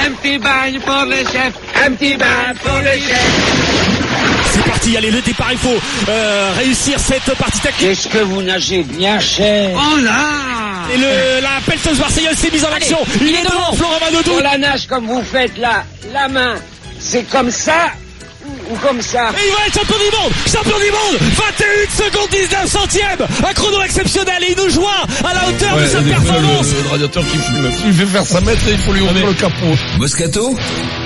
Un petit bagne pour le chef, un petit bain pour le chef. C'est parti, allez, le départ, il faut réussir cette partie tactique. Qu'est-ce que vous nagez bien cher. Oh là. Et la pelleteuse marseillaise s'est mise en action. Il est devant Florent Manodou. On la nage comme vous faites là, la main, c'est comme ça ou comme ça. Et il va être champion du monde. Champion du monde. 21 secondes 19 centièmes. Un chrono exceptionnel et il nous joint à la hauteur de sa performance. Le radiateur qui fume. Il fait faire 5 mètres et il faut lui ouvrir le capot. Moscato,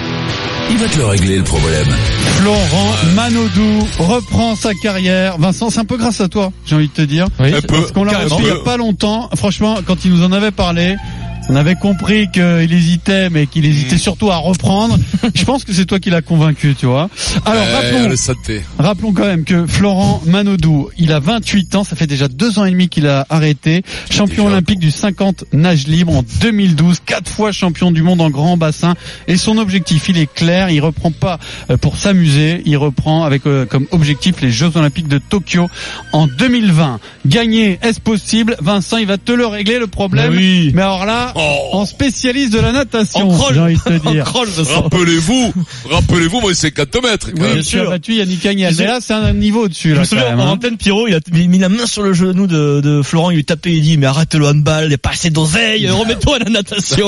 il va te le régler le problème. Florent Manodou reprend sa carrière. Vincent, c'est un peu grâce à toi, j'ai envie de te dire. Oui, parce qu'on l'a reçu il y a pas longtemps. Franchement, quand il nous en avait parlé, on avait compris qu'il hésitait, mais qu'il hésitait surtout à reprendre. Je pense que c'est toi qui l'as convaincu, tu vois. Alors, rappelons quand même que Florent Manodou, il a 28 ans, ça fait déjà 2 ans et demi qu'il a arrêté. Champion olympique du 50 nage libre en 2012, 4 fois champion du monde en grand bassin. Et son objectif, il est clair, il reprend pas pour s'amuser, il reprend avec comme objectif les Jeux olympiques de Tokyo en 2020. Gagner, est-ce possible? Vincent, il va te le régler le problème. Mais alors là, en spécialiste de la natation, j'ai envie de te dire. Rappelez-vous, moi, c'est 4 mètres. Oui, tu as battu Yannick Agnel. Mais là, c'est un niveau au-dessus, là. Je me souviens, en antenne, Pierrot, il a mis la main sur le genou de Florent, il lui tapait, il dit, mais arrête le handball, il n'y a pas assez d'oseille, remets-toi à la natation.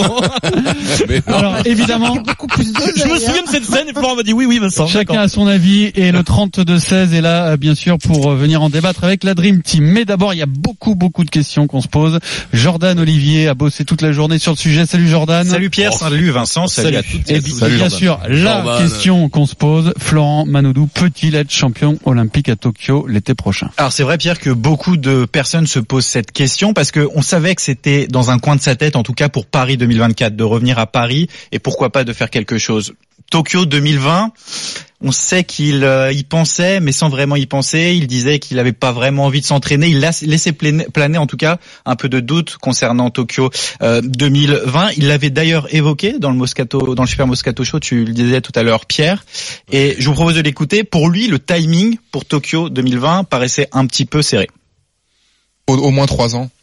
Alors, évidemment, je me souviens de cette scène et Florent m'a dit oui, Vincent. Chacun a son avis et le 32-16 est là, bien sûr, pour venir en débattre avec la Dream Team. Mais d'abord, il y a beaucoup de questions qu'on se pose. Jordan Olivier a bossé toute la journée sur le sujet. Salut Jordan. Salut Pierre, salut Vincent, salut à toutes et à tous. Et bien sûr, la question qu'on se pose, Florent Manodou peut-il être champion olympique à Tokyo l'été prochain? Alors c'est vrai Pierre que beaucoup de personnes se posent cette question parce que on savait que c'était dans un coin de sa tête, en tout cas pour Paris 2024, de revenir à Paris et pourquoi pas de faire quelque chose. Tokyo 2020, on sait qu'il y pensait, mais sans vraiment y penser. Il disait qu'il n'avait pas vraiment envie de s'entraîner. Il laissait planer, en tout cas, un peu de doute concernant Tokyo 2020. Il l'avait d'ailleurs évoqué dans le Super Moscato Show. Tu le disais tout à l'heure, Pierre. Et je vous propose de l'écouter. Pour lui, le timing pour Tokyo 2020 paraissait un petit peu serré. Au moins 3 ans.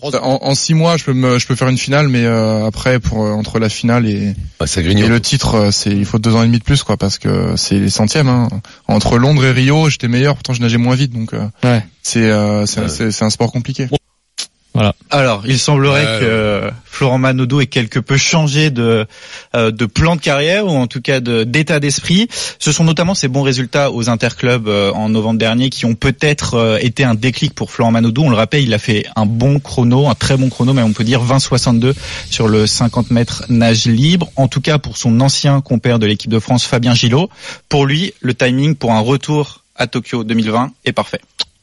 En 6 mois, je peux faire une finale, mais après, entre la finale et le titre, il faut 2 ans et demi de plus, quoi, parce que c'est les centièmes. Hein. Entre Londres et Rio, j'étais meilleur, pourtant je nageais moins vite, donc c'est un sport compliqué. Voilà. Alors, il semblerait que Florent Manodou ait quelque peu changé de plan de carrière ou en tout cas d'état d'esprit. Ce sont notamment ses bons résultats aux interclubs en novembre dernier qui ont peut-être été un déclic pour Florent Manodou. On le rappelle, il a fait un bon chrono, un très bon chrono, mais on peut dire 20,62 sur le 50 mètres nage libre. En tout cas, pour son ancien compère de l'équipe de France, Fabien Gillot, pour lui, le timing pour un retour à Tokyo 2020 est parfait.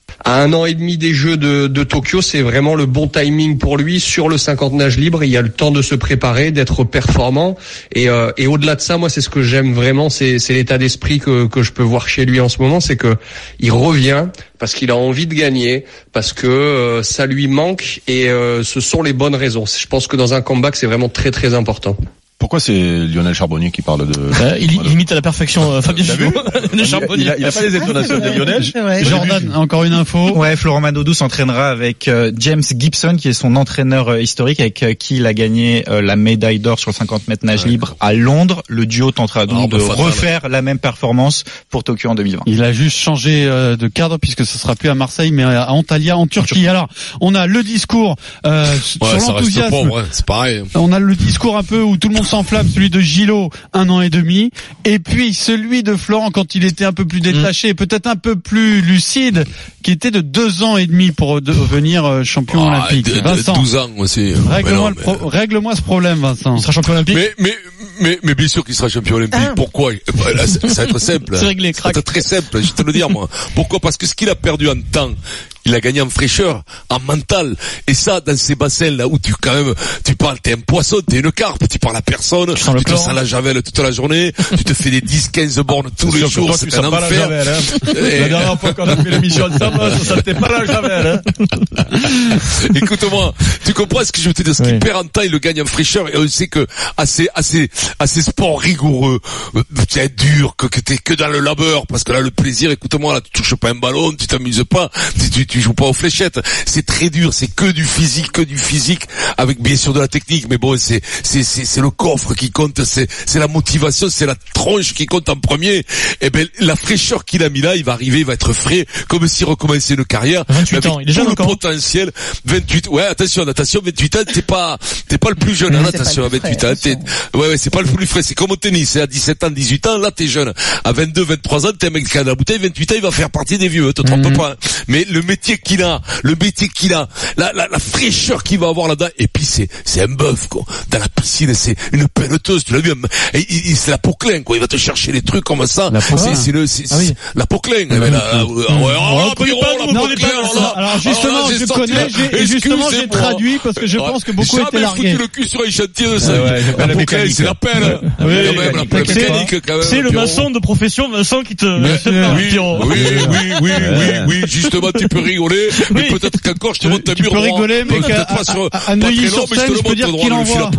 À 1 an et demi des Jeux de Tokyo, c'est vraiment le bon timing pour lui sur le 50 nage libre. Il y a le temps de se préparer, d'être performant. Et au-delà de ça, moi, c'est ce que j'aime vraiment, c'est l'état d'esprit que je peux voir chez lui en ce moment, c'est que il revient parce qu'il a envie de gagner, parce que ça lui manque et ce sont les bonnes raisons. Je pense que dans un comeback, c'est vraiment très très important. Pourquoi c'est Lionel Charbonnier qui parle de... il imite à la perfection Fabien Gillot. Il a pas les intonations de Lionel. Jordan, encore une info. Ouais, Florent Manodou s'entraînera avec James Gibson, qui est son entraîneur historique, avec qui il a gagné la médaille d'or sur le 50 mètres nage libre à Londres. Le duo tentera donc de refaire la même performance pour Tokyo en 2020. Il a juste changé de cadre puisque ce sera plus à Marseille mais à Antalya en Turquie. Alors, on a le discours sur l'enthousiasme. C'est pareil. On a le discours un peu où tout le monde s'enflamme, celui de Gillot, 1 an et demi, et puis celui de Florent quand il était un peu plus détaché, peut-être un peu plus lucide, qui était de 2 ans et demi pour devenir champion olympique. Vincent, 12 ans aussi. Règle-moi ce problème, Vincent. Il sera champion olympique. Mais bien sûr qu'il sera champion olympique. Pourquoi? Ça va être simple. C'est réglé, ça va être très simple, je vais te le dire, moi. Pourquoi? Parce que ce qu'il a perdu en temps, il a gagné en fraîcheur, en mental. Et ça, dans ces bassins-là où tu parles, t'es un poisson, t'es une carpe, tu parles à personne, tu te sens la javel toute la journée, tu te fais des 10-15 bornes tous les jours, c'est un enfer. La dernière fois qu'on a fait l'émission ensemble, ça sentait pas la javel, Écoute-moi, tu comprends ce que je veux te dire? Ce qu'il perd en temps, il le gagne en fraîcheur, et on sait que, à ces sports rigoureux, c'est dur, que t'es que dans le labeur, parce que là, le plaisir, écoute-moi, là, tu touches pas un ballon, tu t'amuses pas, tu joues pas aux fléchettes. C'est très dur, c'est que du physique, avec bien sûr de la technique, mais bon, c'est le coffre qui compte, c'est la motivation, c'est la tronche qui compte en premier. Et ben, la fraîcheur qu'il a mis là, il va arriver, il va être frais, comme s'il recommençait une carrière. 28 ans, il est jeune tout encore. Le potentiel, 28, ouais, attention, 28 ans, t'es pas le plus jeune, hein, attention, à 28 ans, ouais, c'est pas le plus frais, c'est comme au tennis, c'est à 17 ans, 18 ans, là, t'es jeune. À 22, 23 ans, t'es un mec qui a la bouteille, 28 ans, il va faire partie des vieux, te trompe pas. Mais le métier qu'il a, la fraîcheur qu'il va avoir là-dedans, et puis c'est un bœuf, quoi. Dans la piscine, c'est une pelleteuse, tu l'as vu, c'est la Poquelin, quoi. Il va te chercher les trucs comme ça. La Poquelin. Alors justement, je connais, et justement, j'ai traduit parce que je pense que beaucoup étaient largués. J'ai jamais foutu le cul sur un chantier de ça. La Poquelin, c'est la pelle. La mécanique, quand même. C'est le maçon de profession, Vincent, qui te... Oui, justement, tu peux rigoler, mais peut-être qu'encore je te monte un mur. Tu peux rigoler, mais qu'à Neuilly-sur-Seine, je peux dire qu'il envoie.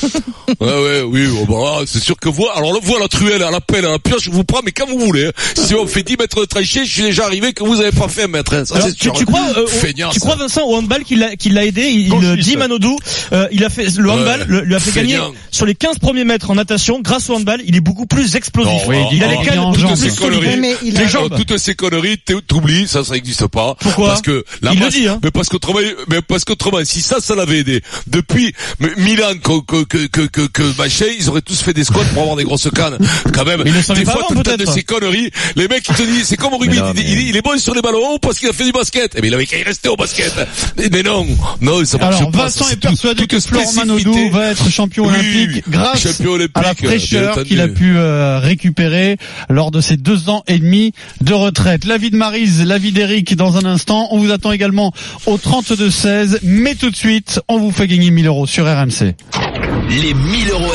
Oui, c'est sûr que alors la truelle, à la pelle, à la pioche, je vous prends, mais quand vous voulez. Si on fait 10 mètres de tranchée, je suis déjà arrivé que vous avez pas fait un mètre. Ça, c'est sûr. Tu crois, Vincent, au handball qui l'a aidé, il dit Manodou, il a fait, le handball lui a fait gagner sur les 15 premiers mètres en natation, grâce au handball, il est beaucoup plus explosif. Il a les cannes toutes ces conneries. Toutes ces conneries, t'oublies, ça n'existe pas. Pourquoi? Parce que il le dit, hein. Mais parce qu'autrement, si ça l'avait aidé, depuis Milan que machin, ils auraient tous fait des squats pour avoir des grosses cannes. Quand même. Des fois, de ces conneries, les mecs, ils te disent, c'est comme au rugby, il est bon sur les ballons parce qu'il a fait du basket. Eh bien, il avait qu'à y rester au basket. Mais non, ça marche pas. Alors, Vincent est persuadé que Florent Manodou va être champion olympique grâce à la fraîcheur qu'il a pu récupérer lors de ses 2 ans et demi de retraite. L'avis de Maryse, l'avis d'Eric dans un instant. On vous attend également au 32-16. Mais tout de suite, on vous fait gagner 1000 € sur RMC. Les 1000 €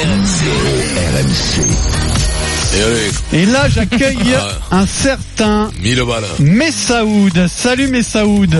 RMC. Et là, j'accueille un certain Messaoud. Salut Messaoud.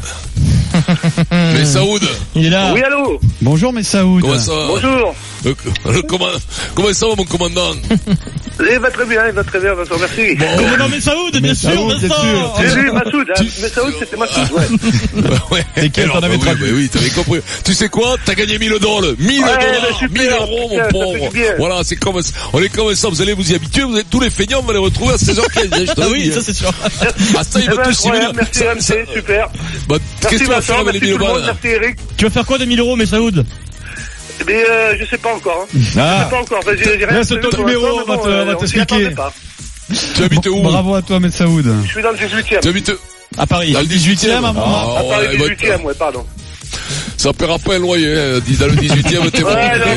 Messaoud. Il est là. Oui, allô. Bonjour Messaoud. Comment ça va? Bonjour. Comment ça va, mon commandant? Il va très bien, Vincent, merci. Commandant Messaoud, bien sûr, Vincent. J'ai vu Massoud, Messaoud, c'était Massoud, ouais. Et quel t'en avais traduit? Oui, t'avais compris. Tu sais quoi? T'as gagné 1000 $. 1000 $, 1000 €, mon pauvre. Voilà, c'est comme, on est comme ça, vous allez vous y habituer, vous êtes tous les feignants, on va les retrouver à 16h15, Ah oui, ça c'est sûr. Ça, il va tous s'y venir. Merci, RMC, super. Qu'est-ce que tu vas faire avec les 1000 €? Merci, Eric. Tu vas faire quoi des 1000 €, Messaoud? Mais je sais pas encore. Je sais pas encore. J'ai rien. C'est ton numéro, on va t'expliquer. Tu habites où? Bravo à toi, Messaoud. Je suis dans le 18e. Tu habites à Paris. Dans le 18e, à Montmartre. À Paris, 18e, ouais, pardon. Ça paiera pas un loyer, dans le 18e, t'es bon.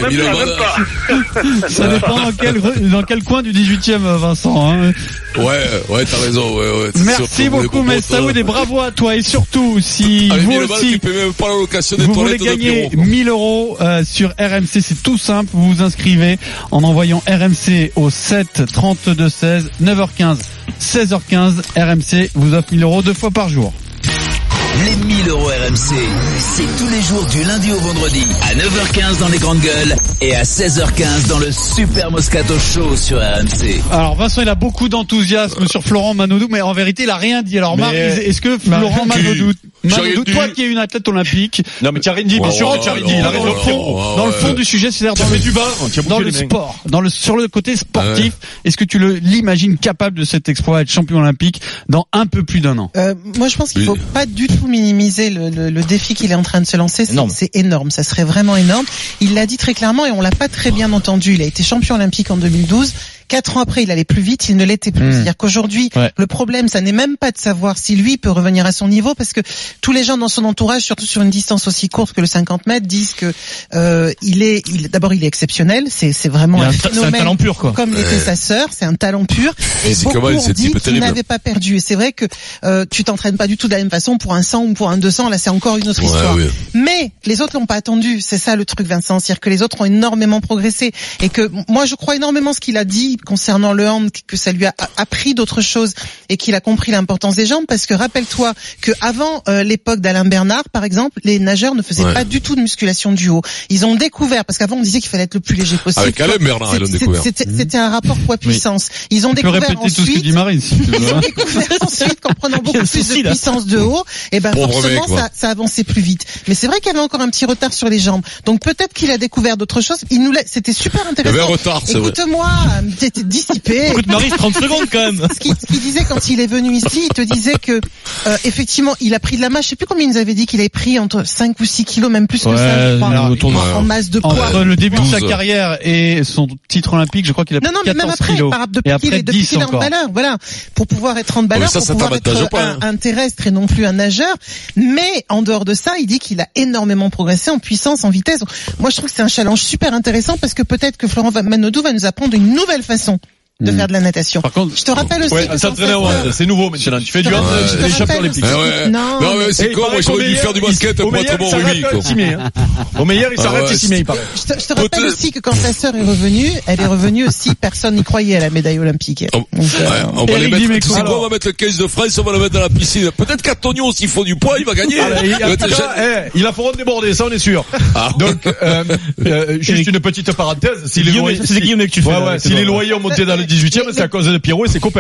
Ça dépend dans quel coin du 18e, Vincent, hein. Ouais, t'as raison, ouais. Merci beaucoup, Messaoud, et bravo à toi. Et surtout, si vous aussi, vous voulez gagner 1000 € sur RMC, c'est tout simple. Vous vous inscrivez en envoyant RMC au 7 32 16, 9h15, 16h15. RMC vous offre 1000 € 2 fois par jour. Les 1000 € RMC, c'est tous les jours du lundi au vendredi à 9h15 dans les grandes gueules et à 16h15 dans le Super Moscato Show sur RMC. Alors Vincent, il a beaucoup d'enthousiasme sur Florent Manodou, mais en vérité, il a rien dit. Alors Maryse, est-ce que Florent Manodou, toi qui es une athlète olympique, non mais tu as rien dit, bien sûr, tu as rien dit. Dans le fond du sujet, c'est-à-dire dans le sport, sur le côté sportif, est-ce que tu l'imagines capable de cet exploit, être champion olympique dans un peu plus d'1 an? Moi, je pense qu'il faut pas du tout minimiser le défi qu'il est en train de se lancer. C'est énorme. Ça serait vraiment énorme. Il l'a dit très clairement et on l'a pas très bien entendu. Il a été champion olympique en 2012. 4 ans après, il allait plus vite, il ne l'était plus. C'est-à-dire qu'aujourd'hui, le problème, ça n'est même pas de savoir si lui peut revenir à son niveau, parce que tous les gens dans son entourage, surtout sur une distance aussi courte que le 50 mètres, disent que d'abord il est exceptionnel, c'est vraiment un phénomène, c'est un talent pur, quoi. Comme l'était sa sœur, c'est un talent pur. Et beaucoup ont dit qu'il n'avait pas perdu. Et c'est vrai que tu t'entraînes pas du tout de la même façon pour un 100 ou pour un 200. Là, c'est encore une autre histoire. Oui. Mais les autres l'ont pas attendu. C'est ça le truc, Vincent, c'est-à-dire que les autres ont énormément progressé et que moi, je crois énormément ce qu'il a dit. aussi concernant le hand que ça lui a appris d'autres choses et qu'il a compris l'importance des jambes, parce que rappelle-toi que avant l'époque d'Alain Bernard, par exemple, les nageurs ne faisaient pas du tout de musculation du haut. Ils ont découvert, parce qu'avant on disait qu'il fallait être le plus léger possible. Avec Alain Bernard, ils l'ont découvert. C'était un rapport poids-puissance. Ils ont découvert répéter ensuite, tout ce que dit Marine, si tu veux. ils ont découvert ensuite qu'en prenant beaucoup plus de puissance de haut, et ben forcément ça avançait plus vite. Mais c'est vrai qu'il y avait encore un petit retard sur les jambes. Donc peut-être qu'il a découvert d'autres choses. C'était super intéressant. Il y avait un retard, c'est vrai. Écoute-moi, t'étais dissipé. Écoute Marie, 30 secondes quand même. Ce qu'il disait quand il est venu ici, il te disait que effectivement, il a pris de la masse. Je sais plus combien il nous avait dit qu'il avait pris, entre 5 ou 6 kilos, même plus que ça, je crois, en masse de poids. Entre le début de sa carrière et son titre olympique, je crois qu'il a pris 14 kilos. Et après 10 qu'il est handballeur, voilà. Pour pouvoir être handballeur, pour pouvoir être un terrestre et non plus un nageur. Mais en dehors de ça, il dit qu'il a énormément progressé en puissance, en vitesse. Moi, je trouve que c'est un challenge super intéressant, parce que peut-être que Florent Manodou va nous apprendre une nouvelle façon de faire de la natation. Par contre, je te rappelle aussi que c'est nouveau maintenant. Tu fais du hand, les champions olympiques. Non, mais c'est con, moi j'aurais dû faire du basket pour être bon rugby. Au meilleur, il s'arrête ici, il paraît. Je te rappelle aussi que quand sa sœur est revenue, elle est revenue aussi, personne n'y croyait à la médaille olympique. On va les mettre, tu sais quoi, on va mettre le 15 de France, on va le mettre dans la piscine. Peut-être qu'Antonio, s'il faut du poids, il va gagner. Il a feront déborder, ça on est sûr. Donc, juste une petite parenthèse. C'est Guillaume que tu fais. Si les loyers ont monté dans le 18e, c'est à cause de Pierrot et ses copains.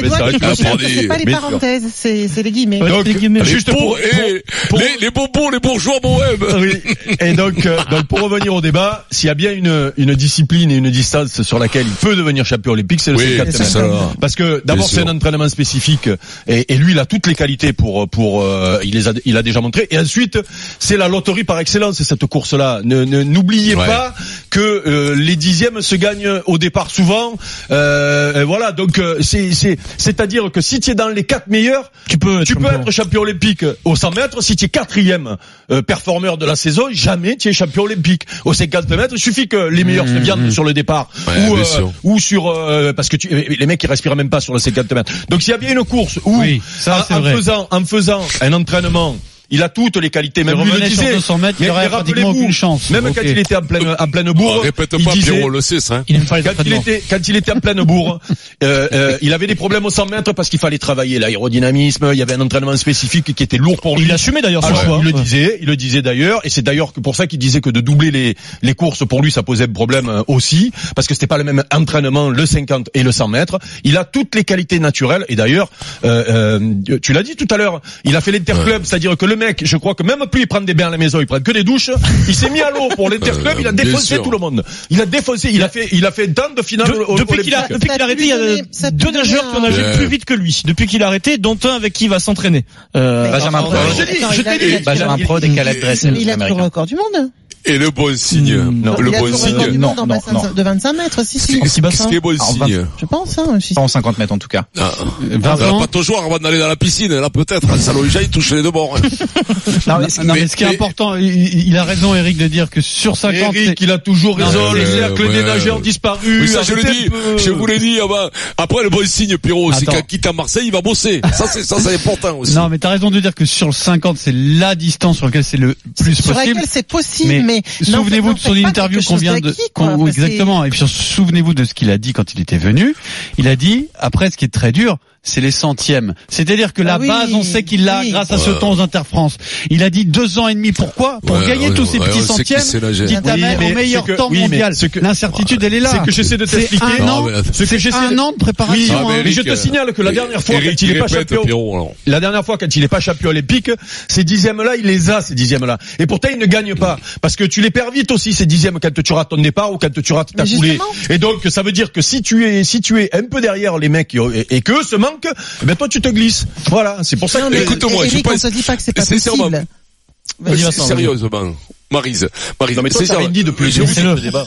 C'est pas les parenthèses, c'est les guillemets. Donc, juste pour les bonbons, les bourgeois bohèmes. Oui. Et donc pour revenir au débat, s'il y a bien une discipline et une distance sur laquelle il peut devenir champion olympique, c'est le 50 mètres. Parce que d'abord c'est un entraînement spécifique et lui il a toutes les qualités pour il a déjà montré. Et ensuite c'est la loterie par excellence, cette course-là. N'oubliez pas que les dixièmes se gagnent au départ souvent. Voilà, donc c'est-à-dire que si tu es dans les 4 meilleurs, tu peux être champion olympique au 100 mètres. Si tu es 4e performeur de la saison, jamais tu es champion olympique. Au 50 mètres, il suffit que les meilleurs se viennent sur le départ ou sur parce que les mecs ils respirent même pas sur le 50 mètres. Donc s'il y a bien une course où en faisant un entraînement, il a toutes les qualités, même lui le disait. 200 mètres, il aurait pratiquement aucune chance. Même quand il était en pleine bourre. Répète pas, Pierrot le sait, ça. Quand il était en pleine bourre, il avait des problèmes au 100 mètres parce qu'il fallait travailler l'aérodynamisme, il y avait un entraînement spécifique qui était lourd pour lui. Il assumait d'ailleurs son choix. Il le disait d'ailleurs, et c'est d'ailleurs que pour ça qu'il disait que de doubler les courses pour lui, ça posait problème aussi, parce que c'était pas le même entraînement, le 50 et le 100 mètres. Il a toutes les qualités naturelles, et d'ailleurs, tu l'as dit tout à l'heure, il a fait l'interclub, c'est-à-dire que le mec, je crois que même plus il prend des bains à la maison, il prend que des douches. Il s'est mis à l'eau pour l'interclub, il a défoncé tout le monde. Il a défoncé, il a fait tant de finales depuis qu'il a arrêté, il y a 2 nageurs qui ont nagé plus vite que lui. Depuis qu'il a arrêté, dont un avec qui il va s'entraîner. Benjamin Prod. Benjamin Prod et Caleb Dressel. Il a le record du monde. Et le bon signe. Le bon signe. Non. De 25 mètres, si. Ce qui est bon signe. Je pense, Pas en 50 mètres, en tout cas. Pas ton joueur avant d'aller dans la piscine, là, peut-être. Ça il touche les deux bords. Non, mais ce qui est important, il a raison, Eric, de dire que sur 50. Eric, il a toujours raison. Les cercles des nageurs disparus. Mais ça, je vous l'ai dit, après le bon signe, Pierrot, c'est qu'à quitte à Marseille, il va bosser. Ça, c'est important aussi. Non, mais t'as raison de dire que sur le 50, c'est la distance sur laquelle c'est le plus possible. Sur laquelle c'est possible, mais souvenez-vous de son interview qu'on vient de, exactement. Et puis souvenez-vous de ce qu'il a dit quand il était venu. Il a dit, après, ce qui est très dur, c'est les centièmes. C'est-à-dire que la base, on sait qu'il l'a grâce à ce temps aux Interfrance. Il a dit 2 ans et demi. Pourquoi? Pour gagner tous ces petits centièmes, quitte à mettre au meilleur temps mondial. L'incertitude, elle est là. C'est que j'essaie de t'expliquer. C'est un an de préparation. Mais je te signale que la dernière fois, quand il est pas champion, quand il est pas champion olympique, ces dixièmes-là, il les a, ces dixièmes-là. Et pourtant, il ne gagne pas. Parce que tu les perds vite aussi, ces dixièmes, quand tu rates ton départ ou quand tu rates ta foulée. Et donc, ça veut dire que si tu es un peu derrière les mecs et que ce manque, ben toi tu te glisses. Voilà, c'est pour ça que écoute-moi, je pense on se dit pas que c'est pas possible. Sérieusement, Maryse. Non mais toi t'as rien dit depuis le débat.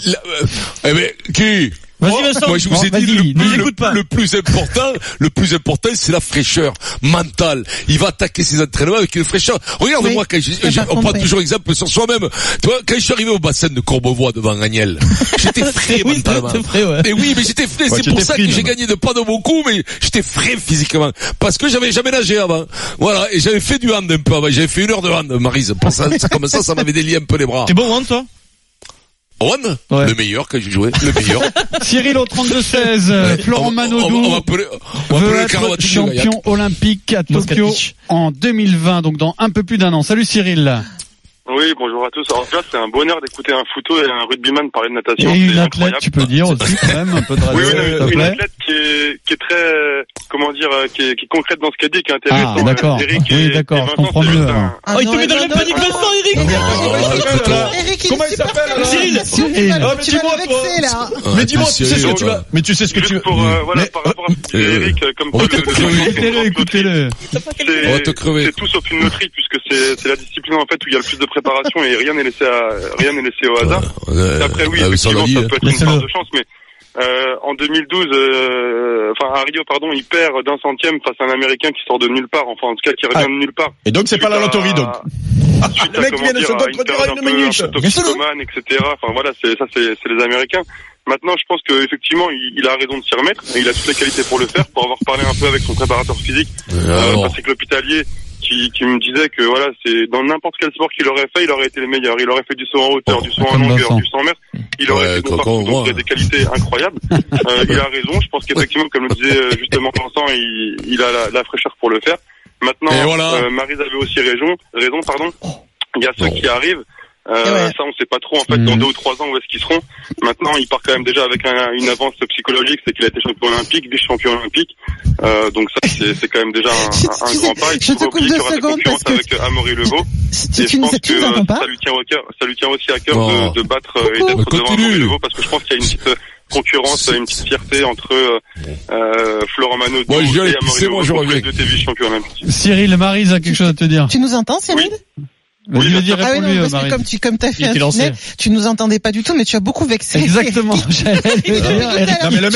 Qui? Vas-y Vincent. Moi je vous ai dit le plus important c'est la fraîcheur mentale. Il va attaquer ses entraînements avec une fraîcheur. Regarde-moi quand on prend toujours exemple sur soi-même. Toi quand je suis arrivé au bassin de Courbevoie devant Agnel, j'étais frais mentalement. Et oui, mais j'étais frais, c'est pour ça que j'ai gagné pas de beaucoup, mais j'étais frais physiquement parce que j'avais jamais nagé avant. Voilà, et j'avais fait du hand un peu avant, j'avais fait 1 heure de hand, Maryse. Pour ça, comme ça m'avait délié un peu les bras. T'es bon hand toi? Owen, le meilleur quand j'ai joué, le meilleur. Cyril au 32-16, Florent Manodou on va appeler veut être champion olympique à Tokyo en 2020, donc dans un peu plus d'un an. Salut Cyril. Oui, bonjour à tous. Alors là, c'est un bonheur d'écouter un photo et un rugbyman parler de natation. Et une athlète, incroyable. Tu peux dire aussi quand même un peu de radio. Oui, une athlète qui est très, comment dire, qui est concrète dans ce qu'elle dit, qui est intéressante. Ah, d'accord. Oui, d'accord, je comprends mieux. Oh, il te met dans le même panique Vincent, Eric. Eric, comment il s'appelle Cyril. Mais dis-moi, tu sais ce que tu vas. Mais tu sais ce que tu veux. Voilà, par rapport à ce que Eric, comme écoutez-le. C'est tout sauf une loterie puisque c'est la discipline en fait où il y a le plus de préparation et rien n'est laissé au hasard. Après oui, effectivement, ça peut être une part de chance, mais en 2012, à Rio, il perd d'un centième face à un Américain qui sort de nulle part, enfin en tout cas qui revient de nulle part. Et donc c'est pas la loterie donc. Suite à, comment dire, à une période un peu toxicomane, etc. Enfin voilà, c'est les Américains. Maintenant, je pense qu'effectivement, il a raison de s'y remettre et il a toutes les qualités pour le faire, pour avoir parlé un peu avec son préparateur physique, Patrick L'Hôpitalier, qui me disait que voilà, c'est dans n'importe quel sport qu'il aurait fait, il aurait été le meilleur. Il aurait fait du saut en hauteur, du saut en longueur, du 100 mètres. Il aurait fait donc il a des qualités incroyables. Il a raison. Je pense qu'effectivement, comme le disait justement Vincent, il a la fraîcheur pour le faire. Maintenant, Maryse avait aussi raison. Il y a ceux qui arrivent. Ça, on sait pas trop, en fait, dans 2 ou 3 ans, où est-ce qu'ils seront. Maintenant, il part quand même déjà avec une avance psychologique, c'est qu'il a été champion olympique, vice-champion olympique. Donc ça, c'est quand même déjà un grand pas. Il faut pas oublier qu'il y aura de concurrence avec Amaury Levaux. Et je pense que ça lui tient aussi à cœur de battre et d'être devant Amaury Levaux, parce que je pense qu'il y a une petite concurrence, une petite fierté entre Florent Manodou et Amaury Levaux pour les 2 vice-champions olympiques. Cyril, Maryse a quelque chose à te dire. Tu nous entends, Cyril? Oui, parce que comme t'as fait un tunnel, tu nous entendais pas du tout, mais tu as beaucoup vexé. Exactement. Non mais le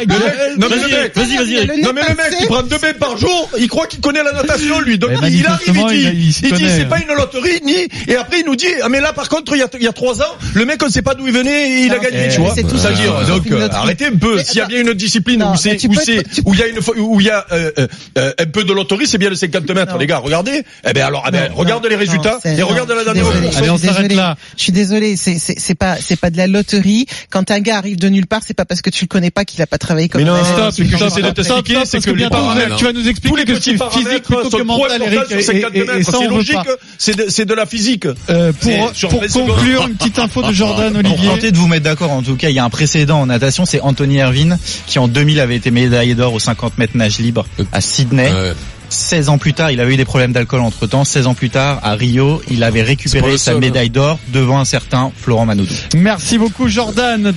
mec, il prend 2 bains par jour, il croit qu'il connaît la natation, lui. Donc il arrive, il dit c'est pas une loterie, et après il nous dit, mais là par contre, il y a 3 ans, le mec on sait pas d'où il venait et il a gagné, tu vois. C'est-à-dire, donc, arrêtez un peu. S'il y a bien une discipline où il y a un peu de loterie, c'est bien le 50 mètres, les gars, regardez. Regarde les résultats. Regarde la dernière. Allez, on s'arrête là. Je suis désolé, c'est pas de la loterie. Quand un gars arrive de nulle part, c'est pas parce que tu le connais pas qu'il a pas travaillé comme ça. Mais non, stop, ce que j'essaie de t'expliquer, c'est que les paramètres, tu vas nous expliquer que c'est physique plutôt que mental, Eric. Et ça, c'est logique, c'est de la physique. Pour conclure, une petite info de Jordan, Olivier. Tentez de vous mettre d'accord, en tout cas, il y a un précédent en natation, c'est Anthony Ervin, qui en 2000 avait été médaillé d'or aux 50 mètres nage libre à Sydney. 16 ans plus tard, il avait eu des problèmes d'alcool entre temps. 16 ans plus tard, à Rio, il avait récupéré sa médaille d'or devant un certain Florent Manodou. Merci beaucoup, Jordan.